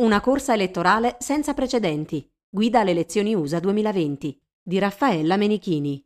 Una corsa elettorale senza precedenti. Guida alle elezioni USA 2020 di Raffaella Menichini.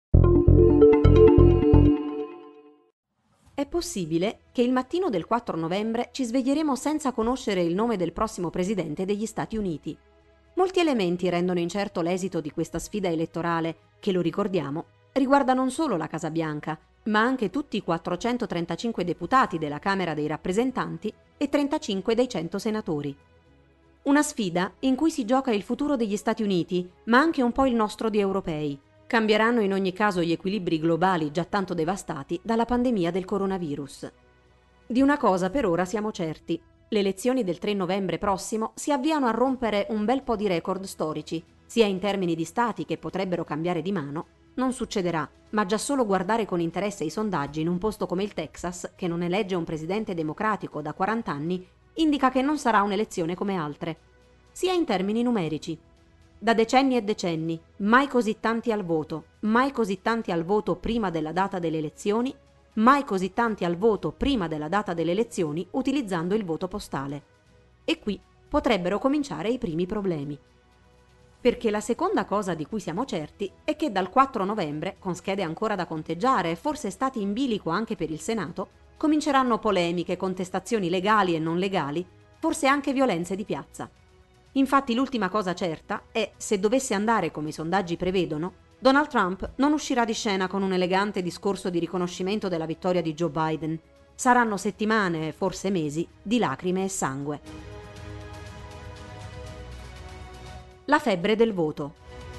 È possibile che il mattino del 4 novembre ci sveglieremo senza conoscere il nome del prossimo presidente degli Stati Uniti. Molti elementi rendono incerto l'esito di questa sfida elettorale che, lo ricordiamo, riguarda non solo la Casa Bianca, ma anche tutti i 435 deputati della Camera dei Rappresentanti e 35 dei 100 senatori. Una sfida in cui si gioca il futuro degli Stati Uniti, ma anche un po' il nostro di europei. Cambieranno in ogni caso gli equilibri globali già tanto devastati dalla pandemia del coronavirus. Di una cosa per ora siamo certi: le elezioni del 3 novembre prossimo si avviano a rompere un bel po' di record storici, sia in termini di stati che potrebbero cambiare di mano. Non succederà, ma già solo guardare con interesse i sondaggi in un posto come il Texas, che non elegge un presidente democratico da 40 anni, indica che non sarà un'elezione come altre, sia in termini numerici. Da decenni e decenni, mai così tanti al voto, mai così tanti al voto prima della data delle elezioni, mai così tanti al voto prima della data delle elezioni utilizzando il voto postale. E qui potrebbero cominciare i primi problemi. Perché la seconda cosa di cui siamo certi è che dal 4 novembre, con schede ancora da conteggiare e forse stati in bilico anche per il Senato, cominceranno polemiche, contestazioni legali e non legali, forse anche violenze di piazza. Infatti l'ultima cosa certa è, se dovesse andare come i sondaggi prevedono, Donald Trump non uscirà di scena con un elegante discorso di riconoscimento della vittoria di Joe Biden. Saranno settimane, forse mesi, di lacrime e sangue. La febbre del voto.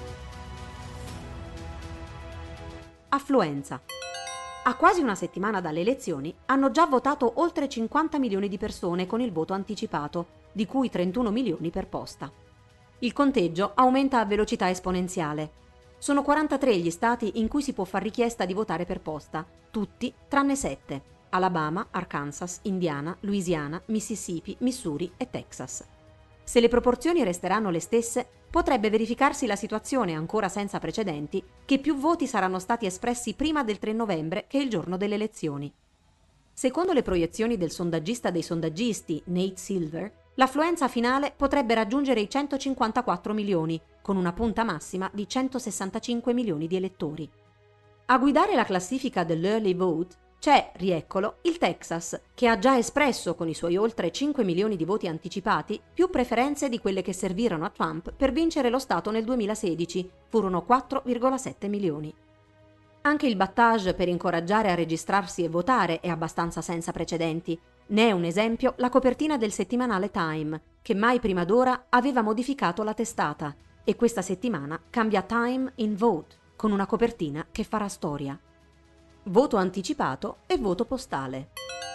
Affluenza. A quasi una settimana dalle elezioni hanno già votato oltre 50 milioni di persone con il voto anticipato, di cui 31 milioni per posta. Il conteggio aumenta a velocità esponenziale. Sono 43 gli stati in cui si può far richiesta di votare per posta, tutti tranne 7: Alabama, Arkansas, Indiana, Louisiana, Mississippi, Missouri e Texas. Se le proporzioni resteranno le stesse, potrebbe verificarsi la situazione ancora senza precedenti che più voti saranno stati espressi prima del 3 novembre che il giorno delle elezioni. Secondo le proiezioni del sondaggista dei sondaggisti, Nate Silver, l'affluenza finale potrebbe raggiungere i 154 milioni, con una punta massima di 165 milioni di elettori. A guidare la classifica dell'early vote c'è, rieccolo, il Texas, che ha già espresso con i suoi oltre 5 milioni di voti anticipati più preferenze di quelle che servirono a Trump per vincere lo Stato nel 2016, furono 4,7 milioni. Anche il battage per incoraggiare a registrarsi e votare è abbastanza senza precedenti. Ne è un esempio la copertina del settimanale Time, che mai prima d'ora aveva modificato la testata, e questa settimana cambia Time in Vote, con una copertina che farà storia. Voto anticipato e voto postale.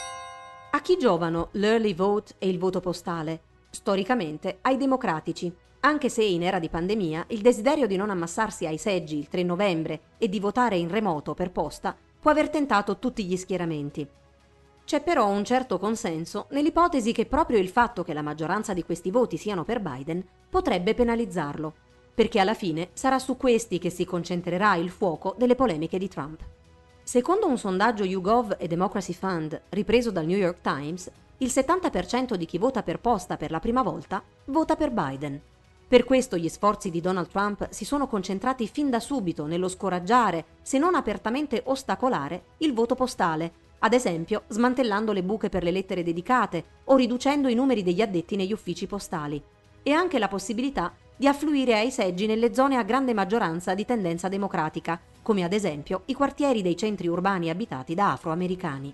A chi giovano l'early vote e il voto postale? Storicamente ai democratici, anche se in era di pandemia il desiderio di non ammassarsi ai seggi il 3 novembre e di votare in remoto per posta può aver tentato tutti gli schieramenti. C'è però un certo consenso nell'ipotesi che proprio il fatto che la maggioranza di questi voti siano per Biden potrebbe penalizzarlo, perché alla fine sarà su questi che si concentrerà il fuoco delle polemiche di Trump. Secondo un sondaggio YouGov e Democracy Fund ripreso dal New York Times, il 70% di chi vota per posta per la prima volta vota per Biden. Per questo gli sforzi di Donald Trump si sono concentrati fin da subito nello scoraggiare, se non apertamente ostacolare, il voto postale, ad esempio smantellando le buche per le lettere dedicate o riducendo i numeri degli addetti negli uffici postali, e anche la possibilità di affluire ai seggi nelle zone a grande maggioranza di tendenza democratica, come ad esempio i quartieri dei centri urbani abitati da afroamericani.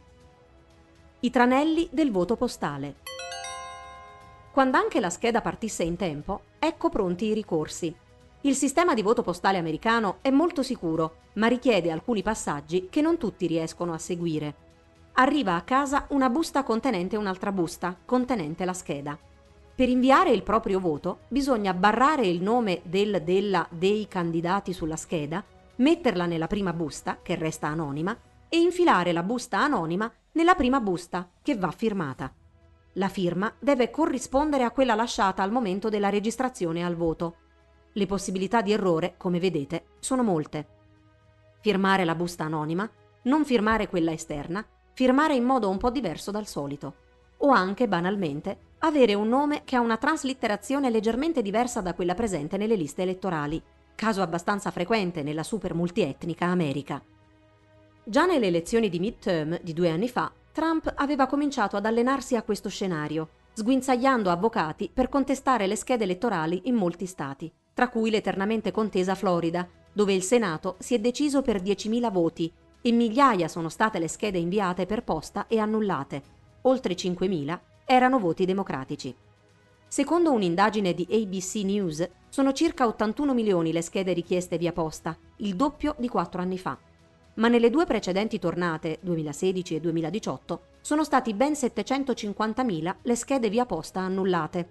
I tranelli del voto postale. Quando anche la scheda partisse in tempo, ecco pronti i ricorsi. Il sistema di voto postale americano è molto sicuro, ma richiede alcuni passaggi che non tutti riescono a seguire. Arriva a casa una busta contenente un'altra busta, contenente la scheda. Per inviare il proprio voto bisogna barrare il nome dei candidati sulla scheda, metterla nella prima busta, che resta anonima, e infilare la busta anonima nella prima busta, che va firmata. La firma deve corrispondere a quella lasciata al momento della registrazione al voto. Le possibilità di errore, come vedete, sono molte. Firmare la busta anonima, non firmare quella esterna, firmare in modo un po' diverso dal solito. O anche, banalmente, avere un nome che ha una traslitterazione leggermente diversa da quella presente nelle liste elettorali, caso abbastanza frequente nella super multietnica America. Già nelle elezioni di midterm di 2 anni fa, Trump aveva cominciato ad allenarsi a questo scenario, sguinzagliando avvocati per contestare le schede elettorali in molti stati, tra cui l'eternamente contesa Florida, dove il Senato si è deciso per 10.000 voti e migliaia sono state le schede inviate per posta e annullate. Oltre 5.000 erano voti democratici. Secondo un'indagine di ABC News, sono circa 81 milioni le schede richieste via posta, il doppio di 4 anni fa. Ma nelle 2 precedenti tornate, 2016 e 2018, sono stati ben 750.000 le schede via posta annullate,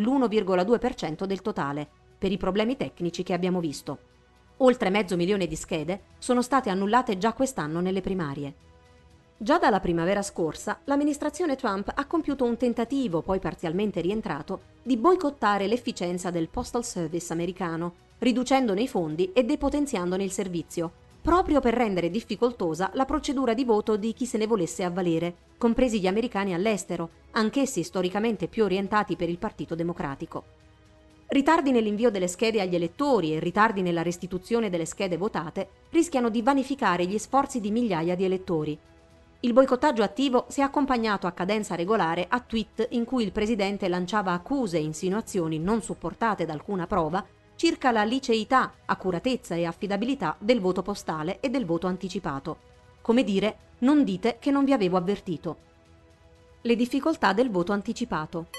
l'1,2% del totale, per i problemi tecnici che abbiamo visto. Oltre 500.000 di schede sono state annullate già quest'anno nelle primarie. Già dalla primavera scorsa, l'amministrazione Trump ha compiuto un tentativo, poi parzialmente rientrato, di boicottare l'efficienza del Postal Service americano, riducendone i fondi e depotenziandone il servizio, proprio per rendere difficoltosa la procedura di voto di chi se ne volesse avvalere, compresi gli americani all'estero, anch'essi storicamente più orientati per il Partito Democratico. Ritardi nell'invio delle schede agli elettori e ritardi nella restituzione delle schede votate rischiano di vanificare gli sforzi di migliaia di elettori. Il boicottaggio attivo si è accompagnato a cadenza regolare a tweet in cui il presidente lanciava accuse e insinuazioni non supportate da alcuna prova circa la liceità, accuratezza e affidabilità del voto postale e del voto anticipato. Come dire, non dite che non vi avevo avvertito. Le difficoltà del voto anticipato.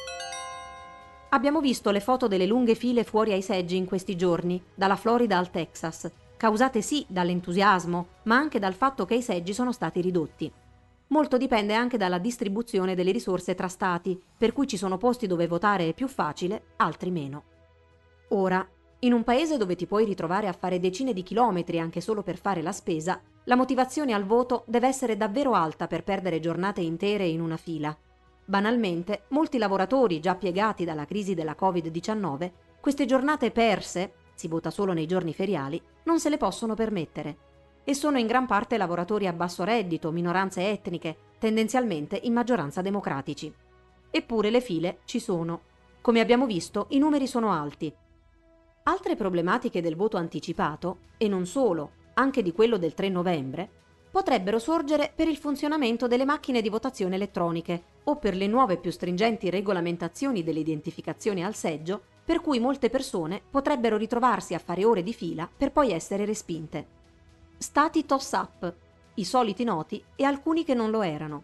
Abbiamo visto le foto delle lunghe file fuori ai seggi in questi giorni, dalla Florida al Texas, causate sì dall'entusiasmo, ma anche dal fatto che i seggi sono stati ridotti. Molto dipende anche dalla distribuzione delle risorse tra stati, per cui ci sono posti dove votare è più facile, altri meno. Ora, in un paese dove ti puoi ritrovare a fare decine di chilometri anche solo per fare la spesa, la motivazione al voto deve essere davvero alta per perdere giornate intere in una fila. Banalmente, molti lavoratori già piegati dalla crisi della Covid-19, queste giornate perse, si vota solo nei giorni feriali, non se le possono permettere. E sono in gran parte lavoratori a basso reddito, minoranze etniche, tendenzialmente in maggioranza democratici. Eppure le file ci sono. Come abbiamo visto, i numeri sono alti. Altre problematiche del voto anticipato, e non solo, anche di quello del 3 novembre, potrebbero sorgere per il funzionamento delle macchine di votazione elettroniche o per le nuove più stringenti regolamentazioni dell'identificazione al seggio, per cui molte persone potrebbero ritrovarsi a fare ore di fila per poi essere respinte. Stati toss-up, i soliti noti e alcuni che non lo erano.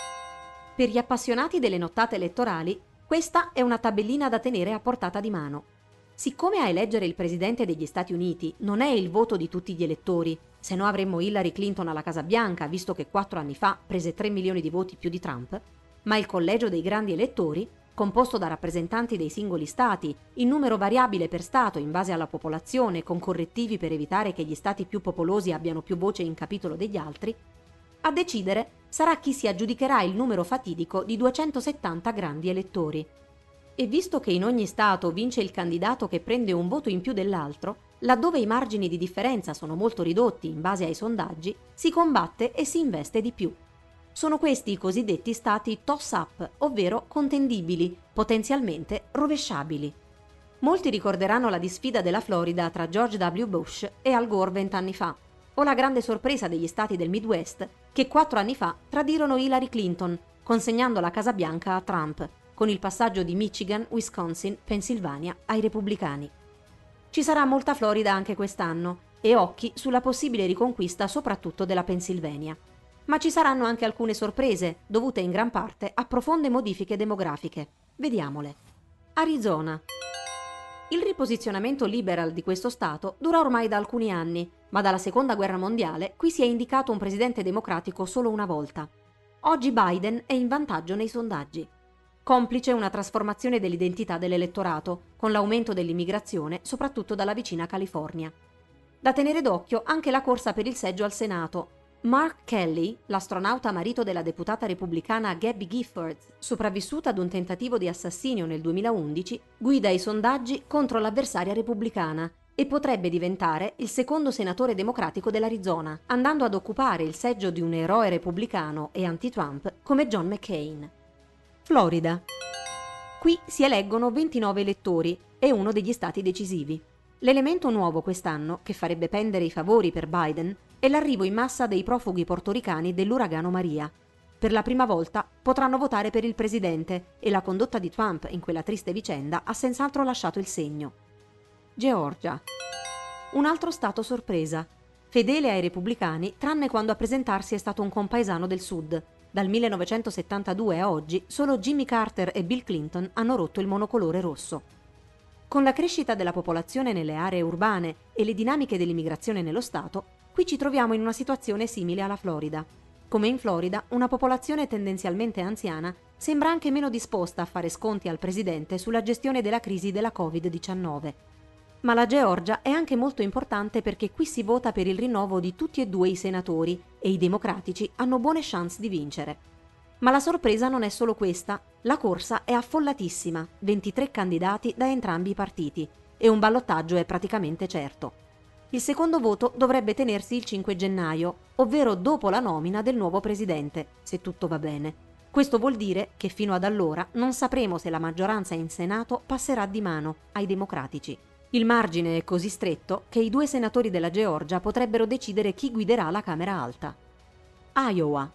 Per gli appassionati delle nottate elettorali, questa è una tabellina da tenere a portata di mano. Siccome a eleggere il presidente degli Stati Uniti non è il voto di tutti gli elettori, se no avremmo Hillary Clinton alla Casa Bianca, visto che 4 anni fa prese 3 milioni di voti più di Trump, ma il collegio dei grandi elettori, composto da rappresentanti dei singoli stati, in numero variabile per stato in base alla popolazione, con correttivi per evitare che gli stati più popolosi abbiano più voce in capitolo degli altri, a decidere sarà chi si aggiudicherà il numero fatidico di 270 grandi elettori. E visto che in ogni stato vince il candidato che prende un voto in più dell'altro, laddove i margini di differenza sono molto ridotti in base ai sondaggi, si combatte e si investe di più. Sono questi i cosiddetti stati toss-up, ovvero contendibili, potenzialmente rovesciabili. Molti ricorderanno la disfida della Florida tra George W. Bush e Al Gore 20 anni fa, o la grande sorpresa degli stati del Midwest che 4 anni fa tradirono Hillary Clinton, consegnando la Casa Bianca a Trump, con il passaggio di Michigan, Wisconsin, Pennsylvania ai repubblicani. Ci sarà molta Florida anche quest'anno e occhi sulla possibile riconquista soprattutto della Pennsylvania. Ma ci saranno anche alcune sorprese, dovute in gran parte a profonde modifiche demografiche. Vediamole. Arizona. Il riposizionamento liberal di questo stato dura ormai da alcuni anni, ma dalla Seconda Guerra Mondiale qui si è indicato un presidente democratico solo una volta. Oggi Biden è in vantaggio nei sondaggi. Complice una trasformazione dell'identità dell'elettorato, con l'aumento dell'immigrazione, soprattutto dalla vicina California. Da tenere d'occhio anche la corsa per il seggio al Senato. Mark Kelly, l'astronauta marito della deputata repubblicana Gabby Giffords, sopravvissuta ad un tentativo di assassinio nel 2011, guida i sondaggi contro l'avversaria repubblicana e potrebbe diventare il secondo senatore democratico dell'Arizona, andando ad occupare il seggio di un eroe repubblicano e anti-Trump come John McCain. Florida. Qui si eleggono 29 elettori e uno degli stati decisivi. L'elemento nuovo quest'anno, che farebbe pendere i favori per Biden, è l'arrivo in massa dei profughi portoricani dell'uragano Maria. Per la prima volta potranno votare per il presidente e la condotta di Trump in quella triste vicenda ha senz'altro lasciato il segno. Georgia. Un altro stato sorpresa. Fedele ai repubblicani, tranne quando a presentarsi è stato un compaesano del sud. Dal 1972 a oggi solo Jimmy Carter e Bill Clinton hanno rotto il monocolore rosso. Con la crescita della popolazione nelle aree urbane e le dinamiche dell'immigrazione nello stato, qui ci troviamo in una situazione simile alla Florida. Come in Florida, una popolazione tendenzialmente anziana sembra anche meno disposta a fare sconti al presidente sulla gestione della crisi della Covid-19. Ma la Georgia è anche molto importante perché qui si vota per il rinnovo di tutti e due i senatori e i democratici hanno buone chance di vincere. Ma la sorpresa non è solo questa. La corsa è affollatissima, 23 candidati da entrambi i partiti e un ballottaggio è praticamente certo. Il secondo voto dovrebbe tenersi il 5 gennaio, ovvero dopo la nomina del nuovo presidente, se tutto va bene. Questo vuol dire che fino ad allora non sapremo se la maggioranza in Senato passerà di mano ai democratici. Il margine è così stretto che i due senatori della Georgia potrebbero decidere chi guiderà la Camera Alta. Iowa.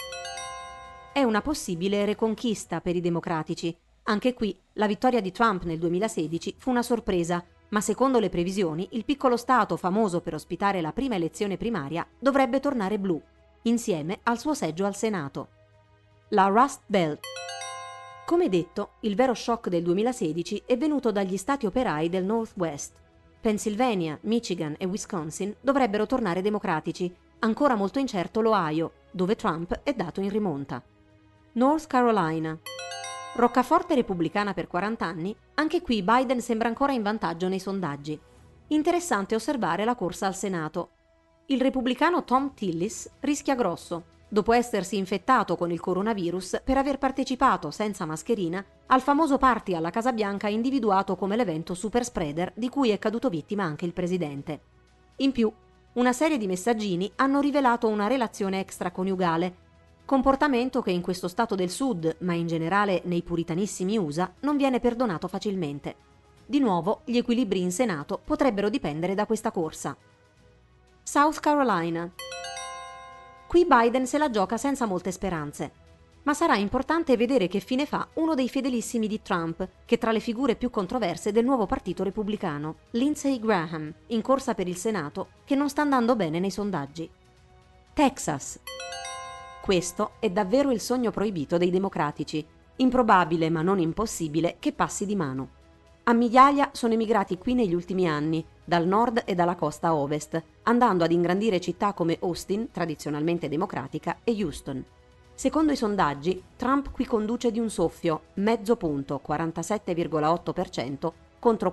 È una possibile reconquista per i democratici. Anche qui la vittoria di Trump nel 2016 fu una sorpresa, ma secondo le previsioni il piccolo stato famoso per ospitare la prima elezione primaria dovrebbe tornare blu, insieme al suo seggio al Senato. La Rust Belt. Come detto, il vero shock del 2016 è venuto dagli stati operai del Northwest. Pennsylvania, Michigan e Wisconsin dovrebbero tornare democratici, ancora molto incerto l'Ohio, dove Trump è dato in rimonta. North Carolina. Roccaforte repubblicana per 40 anni, anche qui Biden sembra ancora in vantaggio nei sondaggi. Interessante osservare la corsa al Senato. Il repubblicano Thom Tillis rischia grosso, dopo essersi infettato con il coronavirus per aver partecipato senza mascherina al famoso party alla Casa Bianca individuato come l'evento super spreader di cui è caduto vittima anche il presidente. In più, una serie di messaggini hanno rivelato una relazione extraconiugale, comportamento che in questo stato del sud, ma in generale nei puritanissimi USA, non viene perdonato facilmente. Di nuovo, gli equilibri in Senato potrebbero dipendere da questa corsa. South Carolina. Qui Biden se la gioca senza molte speranze. Ma sarà importante vedere che fine fa uno dei fedelissimi di Trump, che tra le figure più controverse del nuovo partito repubblicano, Lindsey Graham, in corsa per il Senato, che non sta andando bene nei sondaggi. Texas. Questo è davvero il sogno proibito dei democratici. Improbabile ma non impossibile che passi di mano. A migliaia sono emigrati qui negli ultimi anni, dal nord e dalla costa ovest, andando ad ingrandire città come Austin, tradizionalmente democratica, e Houston. Secondo i sondaggi, Trump qui conduce di un soffio, mezzo punto, 47,8% contro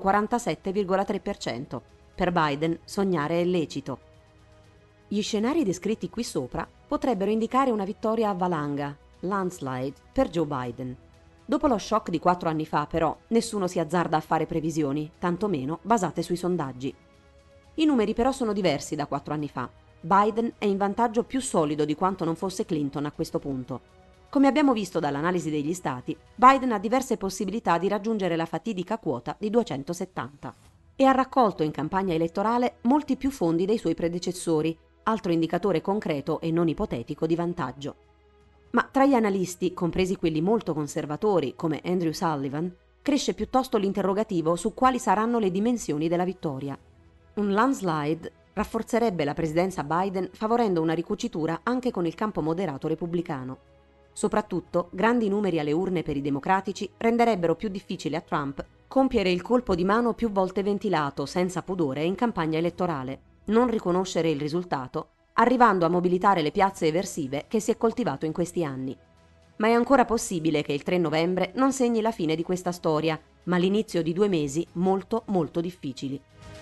47,3%. Per Biden sognare è lecito. Gli scenari descritti qui sopra potrebbero indicare una vittoria a valanga, landslide, per Joe Biden. Dopo lo shock di 4 anni fa, però, nessuno si azzarda a fare previsioni, tantomeno basate sui sondaggi. I numeri però sono diversi da 4 anni fa. Biden è in vantaggio più solido di quanto non fosse Clinton a questo punto. Come abbiamo visto dall'analisi degli stati, Biden ha diverse possibilità di raggiungere la fatidica quota di 270 e ha raccolto in campagna elettorale molti più fondi dei suoi predecessori, altro indicatore concreto e non ipotetico di vantaggio. Ma tra gli analisti, compresi quelli molto conservatori come Andrew Sullivan, cresce piuttosto l'interrogativo su quali saranno le dimensioni della vittoria. Un landslide rafforzerebbe la presidenza Biden favorendo una ricucitura anche con il campo moderato repubblicano. Soprattutto, grandi numeri alle urne per i democratici renderebbero più difficile a Trump compiere il colpo di mano più volte ventilato senza pudore in campagna elettorale, non riconoscere il risultato, arrivando a mobilitare le piazze eversive che si è coltivato in questi anni. Ma è ancora possibile che il 3 novembre non segni la fine di questa storia, ma l'inizio di 2 mesi molto molto difficili.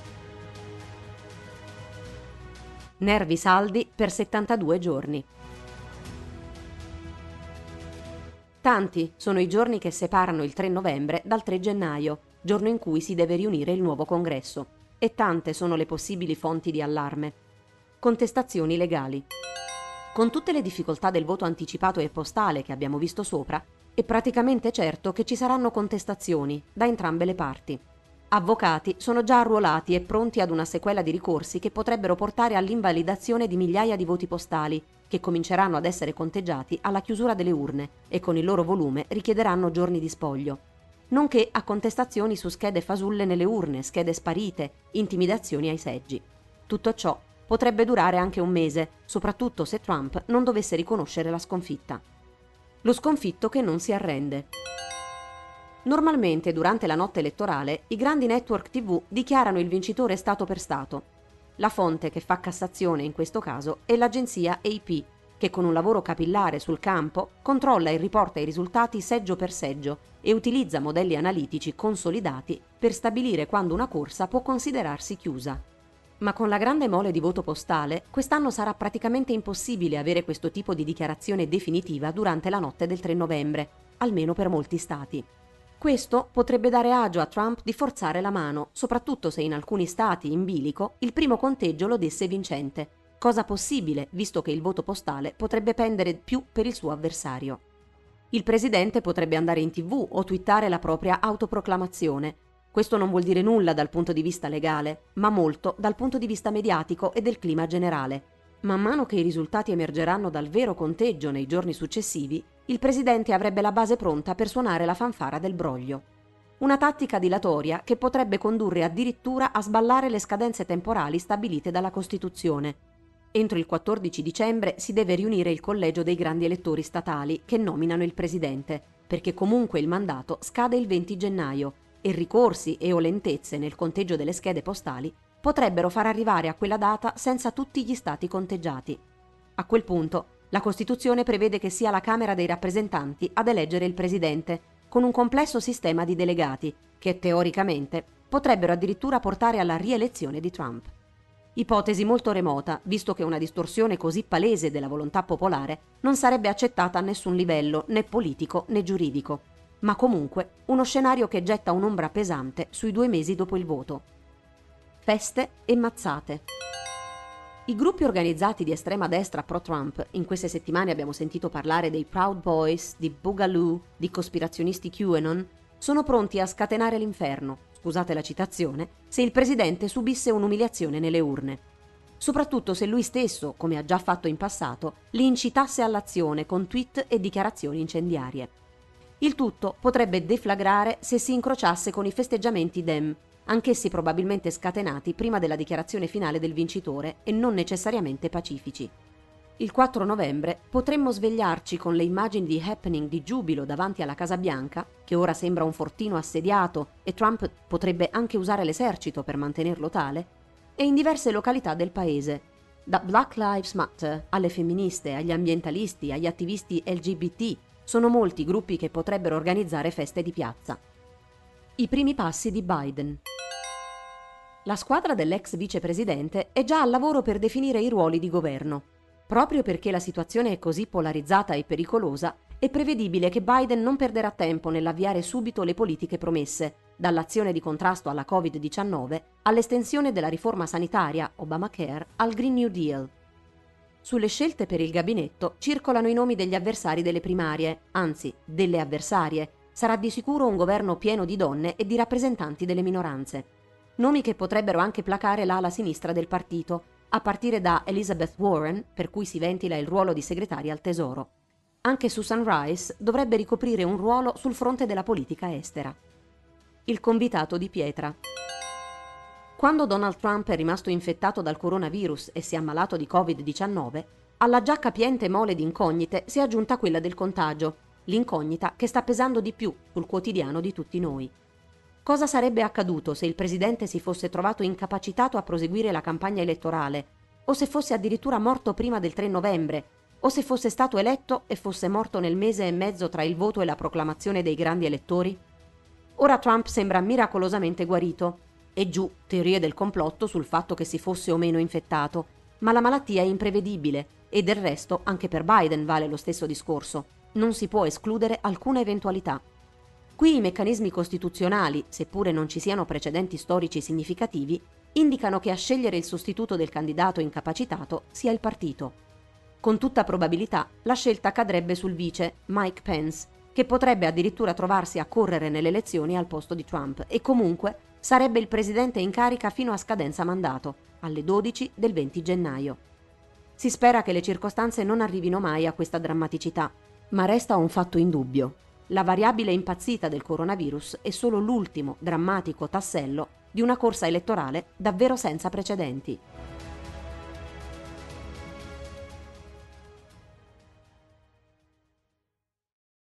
Nervi saldi per 72 giorni. Tanti sono i giorni che separano il 3 novembre dal 3 gennaio, giorno in cui si deve riunire il nuovo congresso, e tante sono le possibili fonti di allarme. Contestazioni legali. Con tutte le difficoltà del voto anticipato e postale che abbiamo visto sopra, è praticamente certo che ci saranno contestazioni da entrambe le parti. Avvocati sono già arruolati e pronti ad una sequela di ricorsi che potrebbero portare all'invalidazione di migliaia di voti postali, che cominceranno ad essere conteggiati alla chiusura delle urne e con il loro volume richiederanno giorni di spoglio, nonché a contestazioni su schede fasulle nelle urne, schede sparite, intimidazioni ai seggi. Tutto ciò potrebbe durare anche un mese, soprattutto se Trump non dovesse riconoscere la sconfitta. Lo sconfitto che non si arrende. Normalmente durante la notte elettorale i grandi network TV dichiarano il vincitore stato per stato. La fonte che fa Cassazione in questo caso è l'agenzia AP, che con un lavoro capillare sul campo controlla e riporta i risultati seggio per seggio e utilizza modelli analitici consolidati per stabilire quando una corsa può considerarsi chiusa. Ma con la grande mole di voto postale, quest'anno sarà praticamente impossibile avere questo tipo di dichiarazione definitiva durante la notte del 3 novembre, almeno per molti stati. Questo potrebbe dare agio a Trump di forzare la mano, soprattutto se in alcuni stati in bilico il primo conteggio lo desse vincente, cosa possibile visto che il voto postale potrebbe pendere più per il suo avversario. Il presidente potrebbe andare in TV o twittare la propria autoproclamazione. Questo non vuol dire nulla dal punto di vista legale, ma molto dal punto di vista mediatico e del clima generale. Man mano che i risultati emergeranno dal vero conteggio nei giorni successivi, il presidente avrebbe la base pronta per suonare la fanfara del broglio. Una tattica dilatoria che potrebbe condurre addirittura a sballare le scadenze temporali stabilite dalla Costituzione. Entro il 14 dicembre si deve riunire il collegio dei grandi elettori statali che nominano il presidente, perché comunque il mandato scade il 20 gennaio e ricorsi e o lentezze nel conteggio delle schede postali potrebbero far arrivare a quella data senza tutti gli stati conteggiati. A quel punto, la Costituzione prevede che sia la Camera dei rappresentanti ad eleggere il presidente, con un complesso sistema di delegati, che teoricamente potrebbero addirittura portare alla rielezione di Trump. Ipotesi molto remota, visto che una distorsione così palese della volontà popolare non sarebbe accettata a nessun livello, né politico né giuridico, ma comunque uno scenario che getta un'ombra pesante sui 2 mesi dopo il voto. Feste e mazzate. I gruppi organizzati di estrema destra pro-Trump, in queste settimane abbiamo sentito parlare dei Proud Boys, di Boogaloo, di cospirazionisti QAnon, sono pronti a scatenare l'inferno, scusate la citazione, se il presidente subisse un'umiliazione nelle urne. Soprattutto se lui stesso, come ha già fatto in passato, li incitasse all'azione con tweet e dichiarazioni incendiarie. Il tutto potrebbe deflagrare se si incrociasse con i festeggiamenti Dem, anch'essi probabilmente scatenati prima della dichiarazione finale del vincitore e non necessariamente pacifici. Il 4 novembre potremmo svegliarci con le immagini di happening di giubilo davanti alla Casa Bianca, che ora sembra un fortino assediato e Trump potrebbe anche usare l'esercito per mantenerlo tale, e in diverse località del paese, da Black Lives Matter alle femministe, agli ambientalisti, agli attivisti LGBT, sono molti gruppi che potrebbero organizzare feste di piazza. I primi passi di Biden. La squadra dell'ex vicepresidente è già al lavoro per definire i ruoli di governo. Proprio perché la situazione è così polarizzata e pericolosa, è prevedibile che Biden non perderà tempo nell'avviare subito le politiche promesse, dall'azione di contrasto alla Covid-19 all'estensione della riforma sanitaria, Obamacare, al Green New Deal. Sulle scelte per il gabinetto circolano i nomi degli avversari delle primarie, anzi, delle avversarie. Sarà di sicuro un governo pieno di donne e di rappresentanti delle minoranze. Nomi che potrebbero anche placare l'ala sinistra del partito, a partire da Elizabeth Warren, per cui si ventila il ruolo di segretaria al Tesoro. Anche Susan Rice dovrebbe ricoprire un ruolo sul fronte della politica estera. Il convitato di pietra. Quando Donald Trump è rimasto infettato dal coronavirus e si è ammalato di Covid-19, alla già capiente mole di incognite si è aggiunta quella del contagio, l'incognita che sta pesando di più sul quotidiano di tutti noi. Cosa sarebbe accaduto se il presidente si fosse trovato incapacitato a proseguire la campagna elettorale, o se fosse addirittura morto prima del 3 novembre, o se fosse stato eletto e fosse morto nel mese e mezzo tra il voto e la proclamazione dei grandi elettori? Ora Trump sembra miracolosamente guarito. E giù teorie del complotto sul fatto che si fosse o meno infettato, ma la malattia è imprevedibile e del resto anche per Biden vale lo stesso discorso. Non si può escludere alcuna eventualità. Qui i meccanismi costituzionali, seppure non ci siano precedenti storici significativi, indicano che a scegliere il sostituto del candidato incapacitato sia il partito. Con tutta probabilità la scelta cadrebbe sul vice, Mike Pence, che potrebbe addirittura trovarsi a correre nelle elezioni al posto di Trump e comunque sarebbe il presidente in carica fino a scadenza mandato, alle 12 del 20 gennaio. Si spera che le circostanze non arrivino mai a questa drammaticità, ma resta un fatto indubbio. La variabile impazzita del coronavirus è solo l'ultimo drammatico tassello di una corsa elettorale davvero senza precedenti.